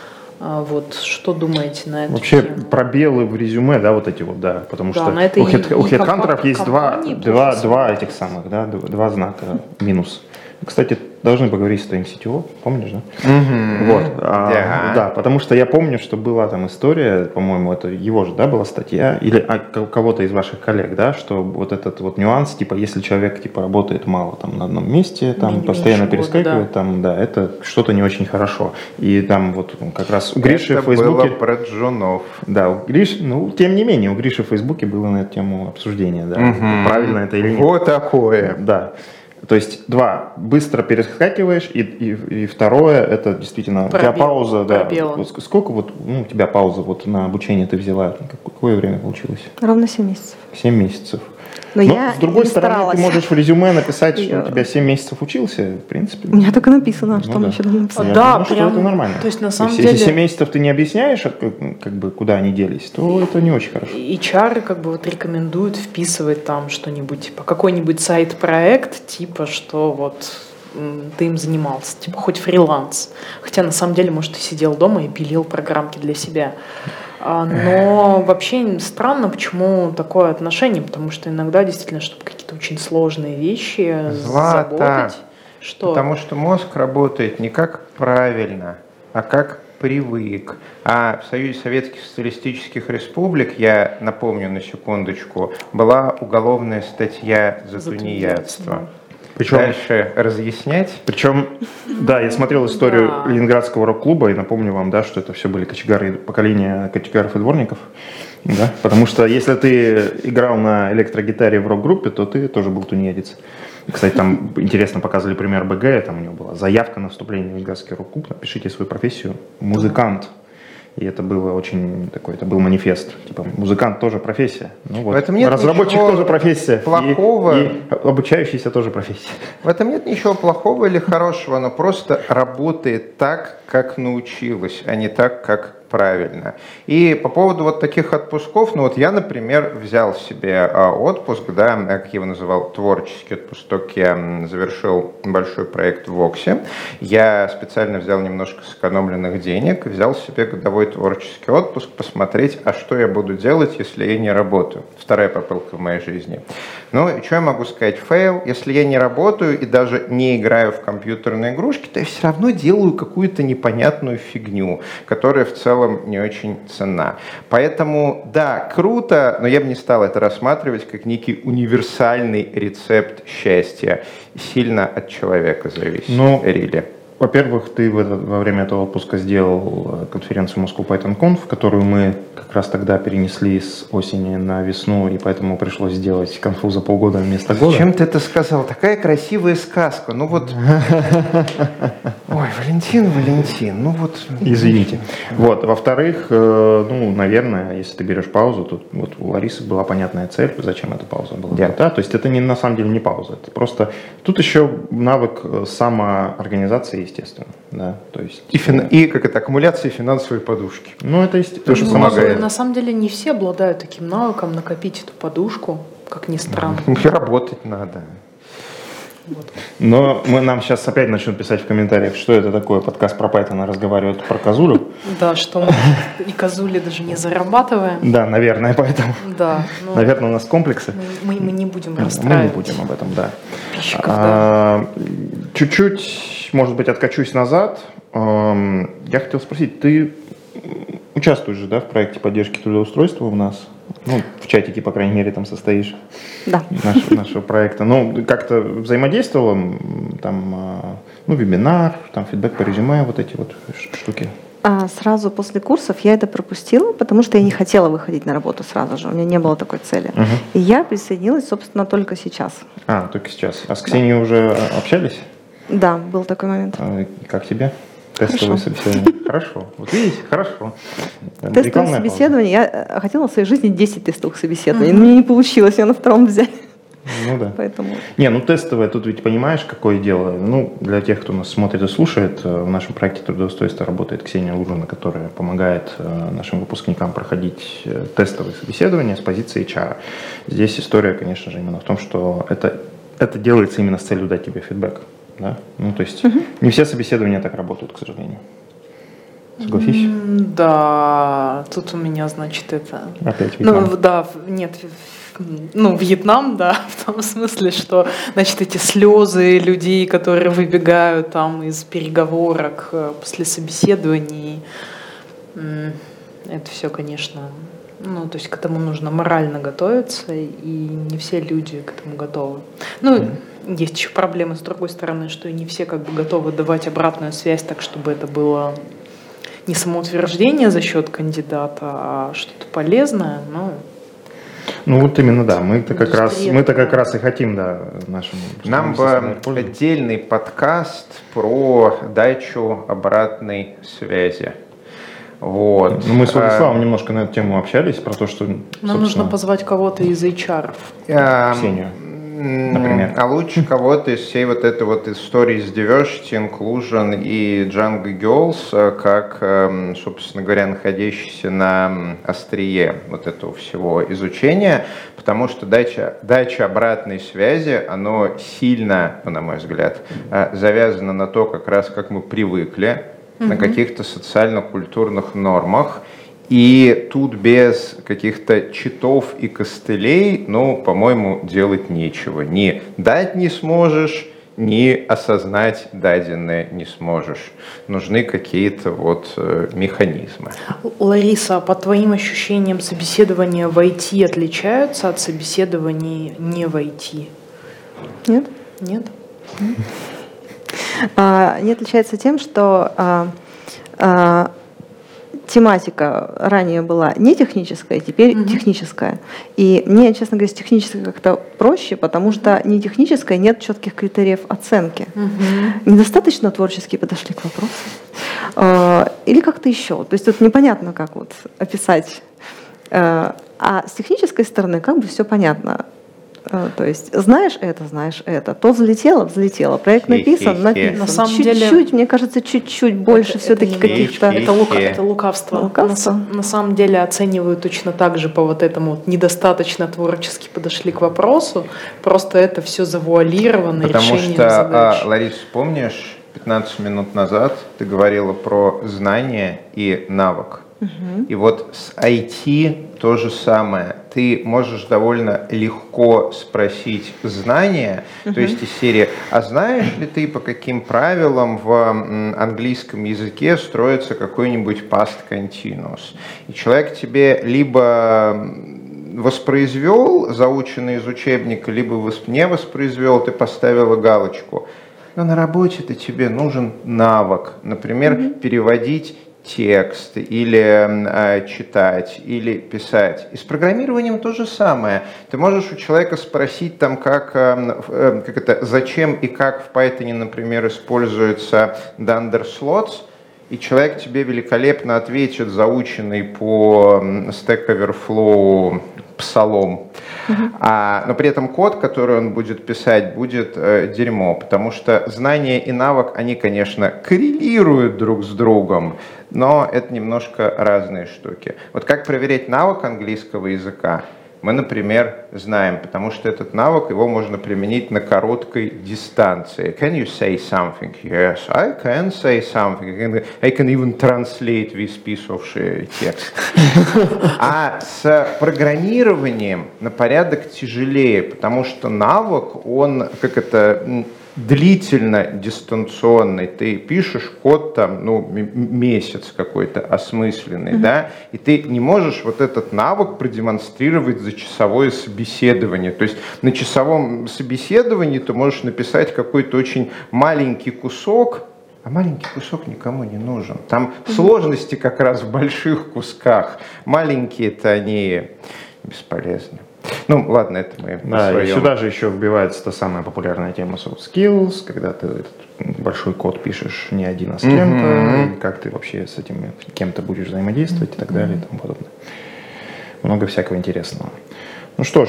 Вот что думаете на эту Вообще тему? пробелы в резюме, да, вот эти вот, да, потому да, что на это у, хед, и, у и хедхантеров есть два, два, тоже два этих самых, да, два знака минус. Кстати, должны поговорить с твоим си ти о, помнишь, да? Mm-hmm. Вот, а, yeah. да, потому что я помню, что была там история, по-моему, это его же, да, была статья, или а, кого-то из ваших коллег, да, что вот этот вот нюанс, типа, если человек, типа, работает мало там на одном месте, там, Меньше постоянно года, перескакивает, да. там, да, это что-то не очень хорошо. И там вот как раз у Гриши это в Фейсбуке... было про джунов. Да, у Гриши, ну, тем не менее, у Гриши в Фейсбуке было на эту тему обсуждение, да, Mm-hmm. правильно это или нет. Вот такое. Да. То есть, два, быстро перескакиваешь, и, и, и второе, это действительно, Пробел, у тебя пауза, да, вот, сколько вот, ну, у тебя пауза вот на обучение ты взяла, какое время получилось? Ровно семь месяцев. семь месяцев. Но, Но я с другой не стороны, старалась. ты можешь в резюме написать, что Я- у тебя семь месяцев учился, в принципе. У меня так и написано, что Ну мне да. еще надо написать. Я Да, думаю, что прям, это нормально. то есть, на самом Если деле- семь месяцев ты не объясняешь, как, как бы, куда они делись, то это не очень хорошо. эйч ар как бы вот рекомендуют вписывать там что-нибудь, типа какой-нибудь сайт-проект, типа что вот м, ты им занимался, типа хоть фриланс. Хотя на самом деле, может, ты сидел дома и пилил программки для себя. А, Но вообще странно, почему такое отношение, потому что иногда действительно, чтобы какие-то очень сложные вещи Злата, заботать. Что? Потому что мозг работает не как правильно, а как привык. А в Союзе Советских Социалистических Республик, я напомню на секундочку, была уголовная статья за За тунеядство. тунеядство. Причем, Дальше разъяснять? причем, да, я смотрел историю Да. Ленинградского рок-клуба и напомню вам, да, что это все были кочегары, поколение кочегаров и дворников, да, потому что если ты играл на электрогитаре в рок-группе, то ты тоже был тунеядец. Кстати, там интересно показывали пример БГ, там у него была заявка на вступление в Ленинградский рок-клуб, напишите свою профессию, музыкант. И это было очень такой, это был манифест. Типа, музыкант тоже профессия. Ну, вот. В этом нет Разработчик ничего тоже профессия. плохого. И, и обучающийся тоже профессия. В этом нет ничего плохого или хорошего, оно просто работает так, как научилась, а не так, как правильно. И по поводу вот таких отпусков, ну вот я, например, взял себе а, отпуск, да, как я его называл, творческий отпуск, только я завершил большой проект в Воксе. Я специально взял немножко сэкономленных денег, взял себе годовой творческий отпуск, посмотреть, а что я буду делать, если я не работаю. Вторая попытка в моей жизни. Ну и что я могу сказать? Фейл. Если я не работаю и даже не играю в компьютерные игрушки, то я все равно делаю какую-то непонятную фигню, которая в целом не очень ценна. Поэтому, да, круто, но я бы не стал это рассматривать как некий универсальный рецепт счастья. Сильно от человека зависит. Ну, Рили. во-первых, ты в это, во время этого отпуска сделал конференцию Moscow Python Conf, которую мы как раз тогда перенесли с осени на весну, и поэтому пришлось сделать конфу за полгода вместо года. Чем ты это сказал? Такая красивая сказка. Ну вот... Ой, Валентин, Валентин, ну вот... Извините. Вот. Во-вторых, ну, наверное, если ты берешь паузу, то вот у Ларисы была понятная цель, зачем эта пауза была. Yeah. Да? То есть это не, на самом деле не пауза, это просто... Тут еще навык самоорганизации, естественно. Да? То есть, и, фин... и как это, аккумуляция финансовой подушки. Ну, это есть тоже ну, помогает. На самом деле не все обладают таким навыком накопить эту подушку, как ни странно. И работать надо. Вот. Но мы, нам сейчас опять начнут писать в комментариях, что это такое, подкаст про Python разговаривают про козулю. Да, что мы и козули даже не зарабатываем. Да, наверное, поэтому. Да. Ну, наверное, у нас комплексы. Мы, мы не будем расстраивать. Мы не будем об этом, да. Подписчиков, а, да. Чуть-чуть, может быть, откачусь назад. Я хотел спросить, ты участвуешь же, да, в проекте поддержки трудоустройства у нас? Ну, в чатике, по крайней мере, там состоишь. Да. Нашего, нашего проекта. Ну, как-то взаимодействовала, там, ну, вебинар, там, фидбэк по резюме, вот эти вот штуки. А сразу после курсов я это пропустила, потому что я не хотела выходить на работу сразу же, у меня не было такой цели. Uh-huh. И я присоединилась, собственно, только сейчас. А, только сейчас. А с Ксенией да. уже общались? Да, был такой момент. А, как тебе? Тестовое собеседование. Хорошо. Вот видите, хорошо. Тестовое собеседование. Я хотела в своей жизни десять тестовых собеседований, но мне не получилось, я на втором взяли. Ну да. Поэтому... Не, ну тестовое, тут ведь понимаешь, какое дело. Ну, для тех, кто нас смотрит и слушает, в нашем проекте трудоустройства работает Ксения Лужина, которая помогает нашим выпускникам проходить тестовые собеседования с позиции эйч ар. Здесь история, конечно же, именно в том, что это, это делается именно с целью дать тебе фидбэк. Да? Ну, то есть uh-huh. не все собеседования так работают, к сожалению. Согласись? Mm, да, тут у меня, значит, это... Опять Вьетнам. Ну, да, нет, ну, Вьетнам, да, в том смысле, что, значит, эти слезы людей, которые выбегают там из переговорок после собеседований, это все, конечно, ну, то есть к этому нужно морально готовиться, и не все люди к этому готовы. Ну, mm. есть еще проблемы с другой стороны, что не все как бы готовы давать обратную связь так, чтобы это было не самоутверждение за счет кандидата, а что-то полезное, но... Ну вот именно, да, мы-то как раз, мы-то как раз и хотим, да, нашим... Нам бы отдельный подкаст про дачу обратной связи. Вот. Ну, мы с Владиславом а, немножко на эту тему общались, про то, что... Нам нужно позвать кого-то из эйч ар. А, Ксению, например. А лучше кого-то из всей вот этой вот истории с diversity, inclusion и Django Girls, как, собственно говоря, находящийся на острие вот этого всего изучения, потому что дача, дача обратной связи, оно сильно, на мой взгляд, завязано на то, как раз как мы привыкли, на каких-то социально-культурных нормах. И тут без каких-то читов и костылей, ну, по-моему, делать нечего. Ни дать не сможешь, ни осознать даденное не сможешь. Нужны какие-то вот э, механизмы. Лариса, по твоим ощущениям, собеседования в ай ти отличаются от собеседований не в ай ти? Нет. Нет? Не отличается тем, что а, а, тематика ранее была не техническая, теперь mm-hmm. техническая. И мне, честно говоря, с технической как-то проще, потому что не технической нет четких критериев оценки. Mm-hmm. Недостаточно творчески подошли к вопросу. А, или как-то еще. То есть тут непонятно, как вот описать. А, а с технической стороны как бы все понятно. То есть знаешь это, знаешь это. То взлетело, взлетело. Проект написан, написан. На самом чуть-чуть, деле, мне кажется, чуть-чуть больше все-таки каких-то... Это, лука, это лукавство. лукавство. На, на самом деле оценивают точно так же по вот этому вот недостаточно творчески подошли к вопросу. Просто это все завуалировано Потому решением что, задач. Ларис, помнишь, пятнадцать минут назад ты говорила про знание и навык. Угу. И вот с ай ти то же самое. Ты можешь довольно легко спросить знания, угу. то есть из серии, а знаешь ли ты, по каким правилам в английском языке строится какой-нибудь past continuous? И человек тебе либо воспроизвел заученный из учебника, либо не воспроизвел, ты поставила галочку. но на работе-то тебе нужен навык, например, mm-hmm. переводить текст, или э, читать, или писать. И с программированием то же самое. Ты можешь у человека спросить, там, как, э, как это, зачем и как в Python, например, используется dunder slots, и человек тебе великолепно ответит, заученный по Stack Overflow псалом. Uh-huh. А, но при этом код, который он будет писать, будет э, дерьмо, потому что знания и навык, они, конечно, коррелируют друг с другом, но это немножко разные штуки. Вот как проверять навык английского языка? Мы, например, знаем, потому что этот навык, его можно применить на короткой дистанции. Can you say something? Yes, I can say something. I can even translate this piece of text. А с программированием на порядок тяжелее, потому что навык, он, как это, длительно дистанционный. Ты пишешь код там, ну, месяц какой-то осмысленный, mm-hmm. да, и ты не можешь вот этот навык продемонстрировать за часовое собеседование. То есть на часовом собеседовании ты можешь написать какой-то очень маленький кусок, а маленький кусок никому не нужен. Там mm-hmm. сложности как раз в больших кусках. Маленькие-то они бесполезны. Ну, ладно, это мы да, и сюда же еще вбивается та самая популярная тема soft skills, когда ты этот большой код пишешь не один, а с кем-то, mm-hmm. и как ты вообще с этим кем-то будешь взаимодействовать mm-hmm. и так далее и тому подобное. Много всякого интересного. Ну что ж,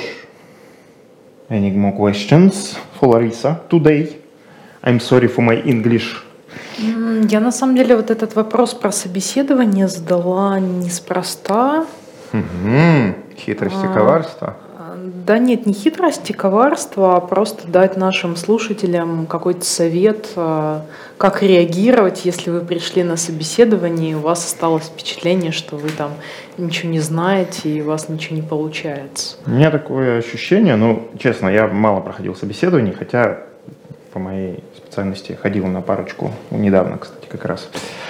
any more questions for Larissa today? I'm sorry for my English. Я на самом деле вот этот вопрос про собеседование задала неспроста. Mm-hmm. Хитрость и коварство? Да нет, не хитрость и коварство, а просто дать нашим слушателям какой-то совет, как реагировать, если вы пришли на собеседование, и у вас осталось впечатление, что вы там ничего не знаете, и у вас ничего не получается. У меня такое ощущение, ну, честно, я мало проходил собеседований, хотя по моей специальности ходил на парочку, недавно, кстати, как раз.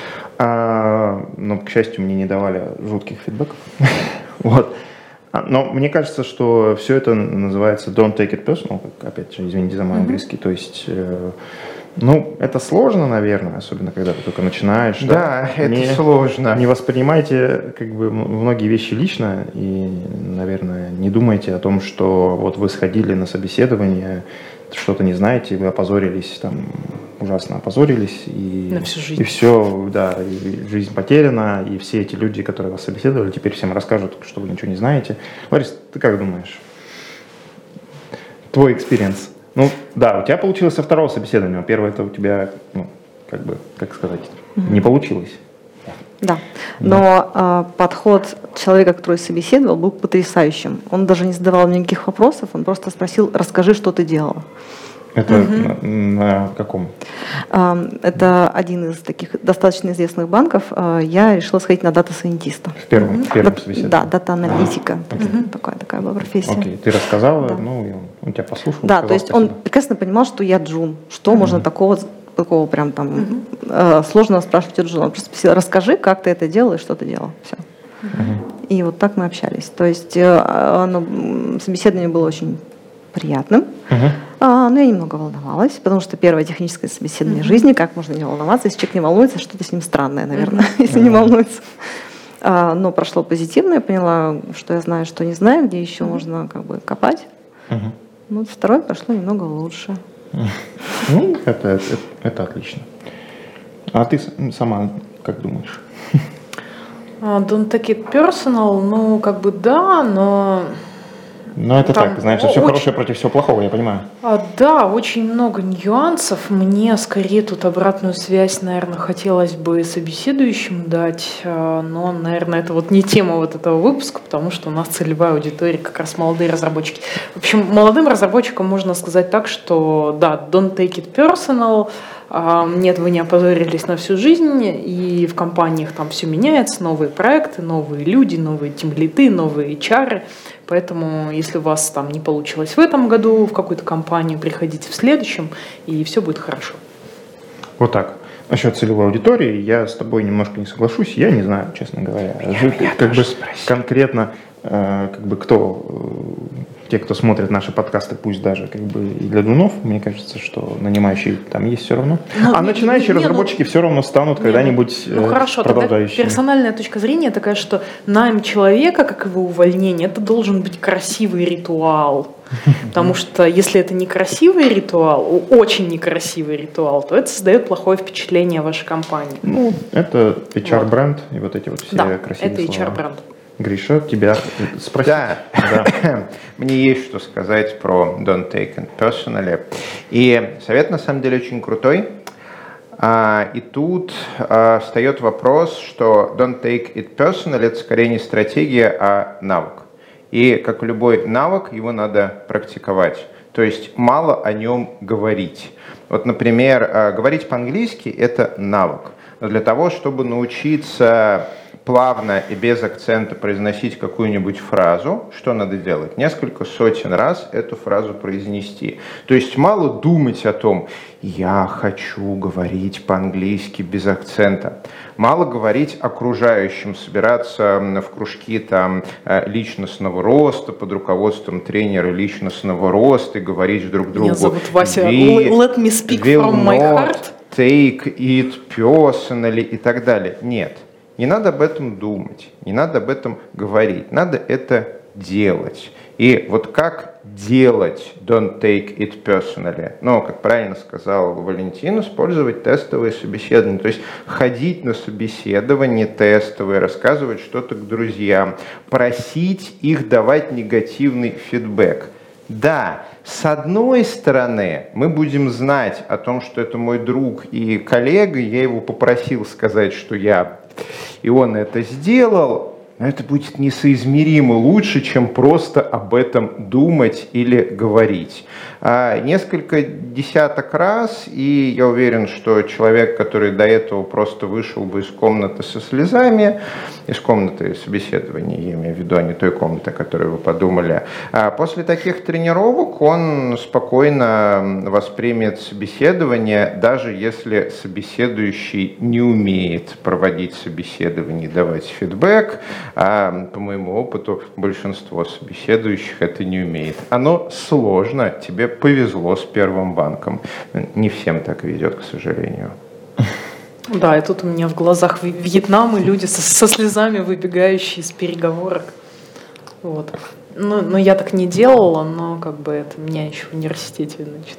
А, но, к счастью, мне не давали жутких фидбэков. Вот. Но мне кажется, что все это называется don't take it personal, опять же, извините за мой английский, то есть, э, ну, это сложно, наверное, особенно когда ты только начинаешь. Да, да? это не, сложно. Не воспринимайте как бы многие вещи лично и, наверное, не думайте о том, что вот вы сходили на собеседование, что-то не знаете, вы опозорились, там, ужасно опозорились, и, на всю жизнь. И все, да, и жизнь потеряна, и все эти люди, которые вас собеседовали, теперь всем расскажут, что вы ничего не знаете. Ларис, ты как думаешь? Твой экспириенс? Ну, да, у тебя получилось со второго собеседования, а первое это у тебя, ну, как бы, как сказать, mm-hmm. не получилось. Да, но э, подход человека, который собеседовал, был потрясающим. Он даже не задавал мне никаких вопросов, он просто спросил, расскажи, что ты делала. Это угу. на, на каком? Э, это один из таких достаточно известных банков. Э, я решила сходить на дата-сайентиста. В первом, угу. в первом собеседовании? Да, дата-аналитика. А, угу. такая, такая была профессия. Окей, ты рассказала, да. ну, он, он тебя послушал. Да, сказал, то есть спасибо. он прекрасно понимал, что я джун, что угу. можно такого такого прям там uh-huh. э, сложного спрашивать у Джона. Просто спросила, расскажи, как ты это делала и что ты делала. Все. Uh-huh. И вот так мы общались. То есть э, оно, собеседование было очень приятным, uh-huh. а, но я немного волновалась, потому что первое техническое собеседование uh-huh. жизни, как можно не волноваться, если человек не волнуется, что-то с ним странное, наверное, uh-huh. если uh-huh. не волнуется. А, но прошло позитивно, я поняла, что я знаю, что не знаю, где еще uh-huh. можно как бы копать. Uh-huh. Вот второе прошло немного лучше. Ну, это, это, это отлично. А ты сама как думаешь? Don't take it personal, ну, как бы да, но... Ну, это там, так, знаешь, все очень... хорошее против всего плохого, я понимаю. А, да, очень много нюансов. Мне скорее тут обратную связь, наверное, хотелось бы собеседующим дать, но, наверное, это вот не тема вот этого выпуска, потому что у нас целевая аудитория как раз молодые разработчики. В общем, молодым разработчикам можно сказать так, что да, don't take it personal, нет, вы не опозорились на всю жизнь, и в компаниях там все меняется, новые проекты, новые люди, новые тимлиды, новые эйч ар. Поэтому, если у вас там не получилось в этом году в какую-то компанию, приходите в следующем, и все будет хорошо. Вот так. Насчет целевой аудитории я с тобой немножко не соглашусь. Я не знаю, честно говоря, я, я как бы конкретно, э, как бы кто те, кто смотрит наши подкасты, пусть даже как бы и для дунов, мне кажется, что нанимающие там есть все равно. Ну, а не, начинающие не, разработчики ну, все равно станут не, когда-нибудь ну, хорошо, продолжающими. Тогда персональная точка зрения такая, что найм человека, как его увольнение, это должен быть красивый ритуал. Потому что если это некрасивый ритуал, очень некрасивый ритуал, то это создает плохое впечатление о вашей компании. Ну, это эйч ар-бренд вот. И вот эти вот все да, красивые это слова. эйч ар-бренд. Гриша, тебя спросить? Да. да. Мне есть что сказать про Don't Take It Personally. И совет на самом деле очень крутой. И тут встает вопрос, что Don't Take It Personally — это скорее не стратегия, а навык. И как любой навык, его надо практиковать. То есть мало о нем говорить. Вот, например, говорить по-английски — это навык. Но для того, чтобы научиться плавно и без акцента произносить какую-нибудь фразу, что надо делать? Несколько сотен раз эту фразу произнести. То есть мало думать о том, я хочу говорить по-английски без акцента. Мало говорить окружающим, собираться в кружки там, личностного роста под руководством тренера личностного роста и говорить друг другу. Меня зовут Вася. Let me speak from my heart. Take it personally и так далее. Нет. Не надо об этом думать, не надо об этом говорить, надо это делать. И вот как делать don't take it personally? Ну, как правильно сказал Валентин, использовать тестовые собеседования. То есть ходить на собеседование тестовые, рассказывать что-то к друзьям, просить их давать негативный фидбэк. Да, с одной стороны, мы будем знать о том, что это мой друг и коллега, я его попросил сказать, что я, и он это сделал, но это будет несоизмеримо лучше, чем просто об этом думать или говорить. А несколько десяток раз, и я уверен, что человек, который до этого просто вышел бы из комнаты со слезами, из комнаты собеседования, я имею в виду, а не той комнаты, о которой вы подумали, а после таких тренировок он спокойно воспримет собеседование, даже если собеседующий не умеет проводить собеседование, давать фидбэк, а по моему опыту большинство собеседующих это не умеет. Оно сложно, тебе повезло с первым банком. Не всем так везет, к сожалению. Да, и тут у меня в глазах Вьетнам и люди со, со слезами, выбегающие из переговорок. Вот. Ну, ну, я так не делала, но как бы это меня еще в университете, значит,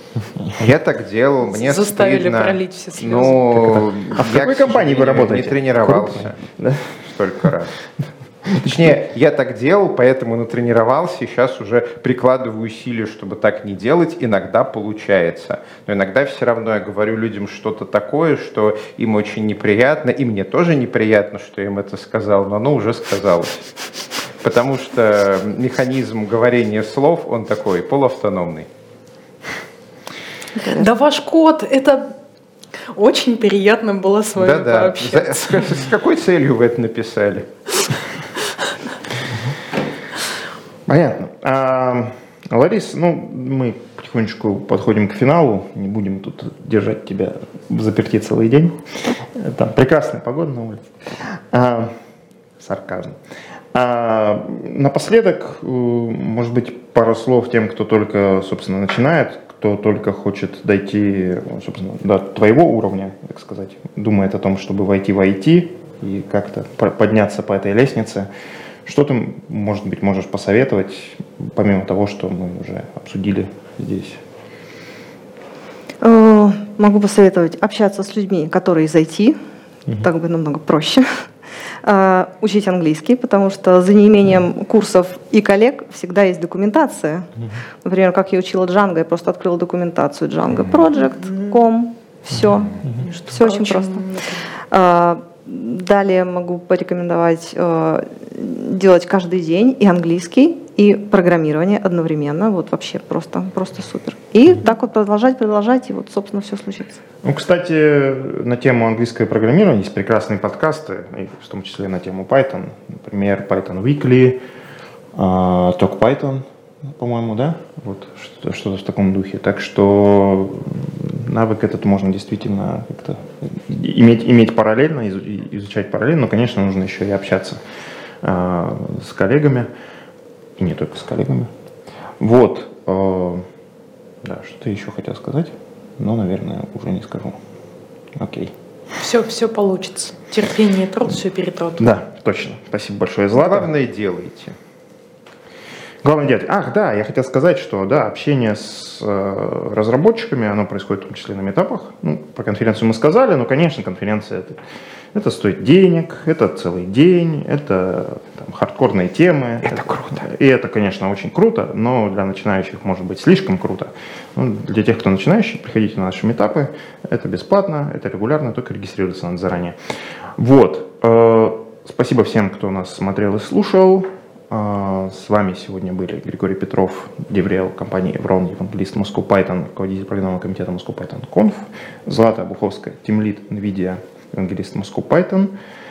я так делал, мне заставили стыдно. пролить все слезы. Ну, а в какой компании вы работаете? Не тренировался да? столько раз. Точнее, я так делал, поэтому натренировался, и сейчас уже прикладываю усилия, чтобы так не делать. Иногда получается. Но иногда все равно я говорю людям что-то такое, что им очень неприятно, и мне тоже неприятно, что я им это сказал, но оно уже сказалось. Потому что механизм говорения слов, он такой полуавтономный. Да ваш кот, это очень приятно было с вами Да-да. пообщаться. С какой целью вы это написали? Понятно. А, Ларис, ну, мы потихонечку подходим к финалу, не будем тут держать тебя в заперти целый день. Там прекрасная погода на улице. А, сарказм. А, напоследок, может быть, пару слов тем, кто только, собственно, начинает, кто только хочет дойти, собственно, до твоего уровня, так сказать, думает о том, чтобы войти в ай ти и как-то подняться по этой лестнице. Что ты, может быть, можешь посоветовать, помимо того, что мы уже обсудили здесь? Могу посоветовать общаться с людьми, которые из ай ти, угу. Так будет намного проще. Учить английский, потому что за неимением курсов и коллег всегда есть документация. Угу. Например, как я учила Django, я просто открыла документацию Django Project точка ком, все, угу. Все очень просто. Далее могу порекомендовать э, делать каждый день и английский, и программирование одновременно. Вот вообще просто, просто супер. И mm-hmm. так вот продолжать, продолжать, и вот, собственно, все случится. Ну, кстати, на тему английского программирования есть прекрасные подкасты, и в том числе на тему Python. Например, Python Weekly, э, Talk Python, по-моему, да? Вот что-то, что-то в таком духе. Так что навык этот можно действительно как-то иметь, иметь параллельно, изучать параллельно, но, конечно, нужно еще и общаться э, с коллегами, и не только с коллегами. Вот. Э, да, что-то еще хотел сказать, но, наверное, уже не скажу. Окей. Все, все получится. Терпение, труд, все перетрут. Да, точно. Спасибо большое, Злата. Главное, делайте. Главное делать. Ах, да, я хотел сказать, что да, общение с э, разработчиками, оно происходит в том числе на митапах. Ну, про конференцию мы сказали, но, конечно, конференция это, это стоит денег, это целый день, это там, хардкорные темы. Это круто. И это, конечно, очень круто, но для начинающих может быть слишком круто. Ну, для тех, кто начинающий, приходите на наши митапы. Это бесплатно, это регулярно, только регистрироваться надо заранее. Вот. Э, спасибо всем, кто нас смотрел и слушал. С вами сегодня были Григорий Петров, деврел компании Evron, евангелист Moscow Python, руководитель программного комитета Moscow Python Conf, Злата Обуховская, тимлид NVIDIA, евангелист Moscow Python,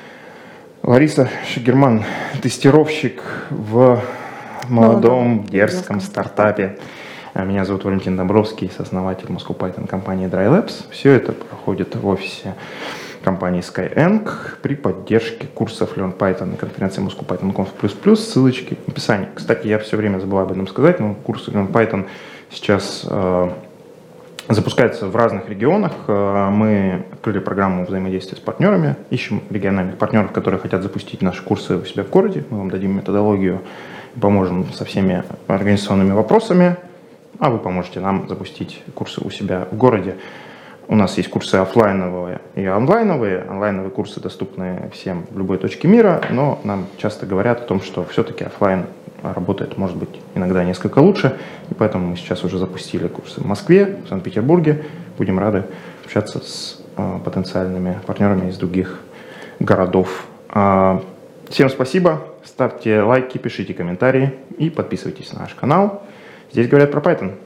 Лариса Шигерман, тестировщик в молодом дерзком стартапе. Меня зовут Валентин Домбровский, сооснователь Moscow Python компании Dry Labs. Все это проходит в офисе компании Skyeng при поддержке курсов Learn Python и конференции Moscow Python Conf плюс плюс, ссылочки в описании. Кстати, я все время забываю об этом сказать, но курсы Learn Python сейчас э, запускаются в разных регионах. Э, мы открыли программу взаимодействия с партнерами, ищем региональных партнеров, которые хотят запустить наши курсы у себя в городе. Мы вам дадим методологию, поможем со всеми организационными вопросами, а вы поможете нам запустить курсы у себя в городе. У нас есть курсы офлайновые и онлайновые. Онлайновые курсы доступны всем в любой точке мира, но нам часто говорят о том, что все-таки офлайн работает, может быть, иногда несколько лучше. И поэтому мы сейчас уже запустили курсы в Москве, в Санкт-Петербурге. Будем рады общаться с э, потенциальными партнерами из других городов. Э, всем спасибо. Ставьте лайки, пишите комментарии и подписывайтесь на наш канал. Здесь говорят про Python.